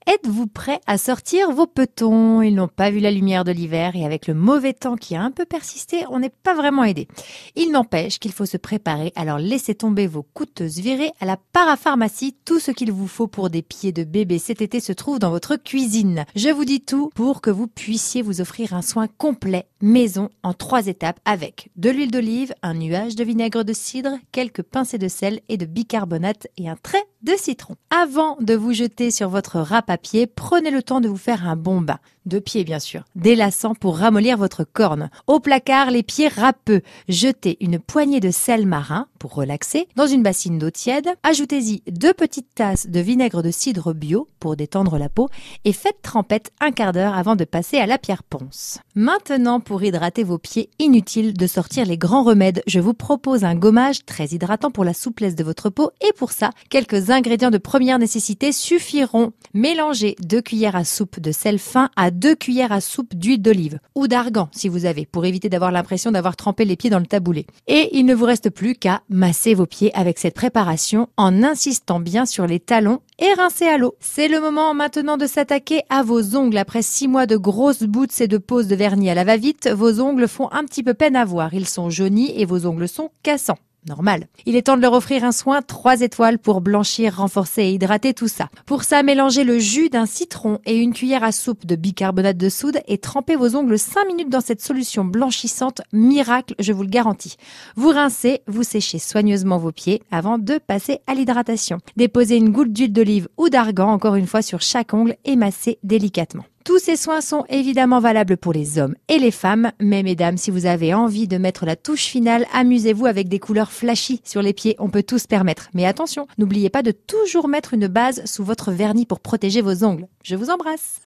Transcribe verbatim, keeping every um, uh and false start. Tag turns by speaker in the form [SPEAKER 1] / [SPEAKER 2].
[SPEAKER 1] Êtes-vous prêt à sortir vos petons? Ils n'ont pas vu la lumière de l'hiver et avec le mauvais temps qui a un peu persisté, on n'est pas vraiment aidé. Il n'empêche qu'il faut se préparer, alors laissez tomber vos coûteuses virées à la parapharmacie. Tout ce qu'il vous faut pour des pieds de bébé cet été se trouve dans votre cuisine. Je vous dis tout pour que vous puissiez vous offrir un soin complet maison en trois étapes avec de l'huile d'olive, un nuage de vinaigre de cidre, quelques pincées de sel et de bicarbonate et un trait de citron. Avant de vous jeter sur votre râpe à pied, prenez le temps de vous faire un bon bain. De pied bien sûr, délassant pour ramollir votre corne. Au placard, les pieds râpeux. Jetez une poignée de sel marin pour relaxer dans une bassine d'eau tiède. Ajoutez-y deux petites tasses de vinaigre de cidre bio pour détendre la peau et faites trempette un quart d'heure avant de passer à la pierre ponce. Maintenant, pour hydrater vos pieds, inutile de sortir les grands remèdes. Je vous propose un gommage très hydratant pour la souplesse de votre peau et pour ça, quelques ingrédients de première nécessité suffiront. Mélangez deux cuillères à soupe de sel fin à deux cuillères à soupe d'huile d'olive ou d'argan si vous avez, pour éviter d'avoir l'impression d'avoir trempé les pieds dans le taboulé. Et il ne vous reste plus qu'à masser vos pieds avec cette préparation en insistant bien sur les talons et rincer à l'eau. C'est le moment maintenant de s'attaquer à vos ongles. Après six mois de grosses boots et de poses de vernis à la va-vite, vos ongles font un petit peu peine à voir. Ils sont jaunis et vos ongles sont cassants. Normal. Il est temps de leur offrir un soin trois étoiles pour blanchir, renforcer et hydrater tout ça. Pour ça, mélangez le jus d'un citron et une cuillère à soupe de bicarbonate de soude et trempez vos ongles cinq minutes dans cette solution blanchissante. Miracle, je vous le garantis. Vous rincez, vous séchez soigneusement vos pieds avant de passer à l'hydratation. Déposez une goutte d'huile d'olive ou d'argan encore une fois sur chaque ongle et massez délicatement. Tous ces soins sont évidemment valables pour les hommes et les femmes, mais mesdames, si vous avez envie de mettre la touche finale, amusez-vous avec des couleurs flashy sur les pieds, on peut tout se permettre. Mais attention, n'oubliez pas de toujours mettre une base sous votre vernis pour protéger vos ongles. Je vous embrasse.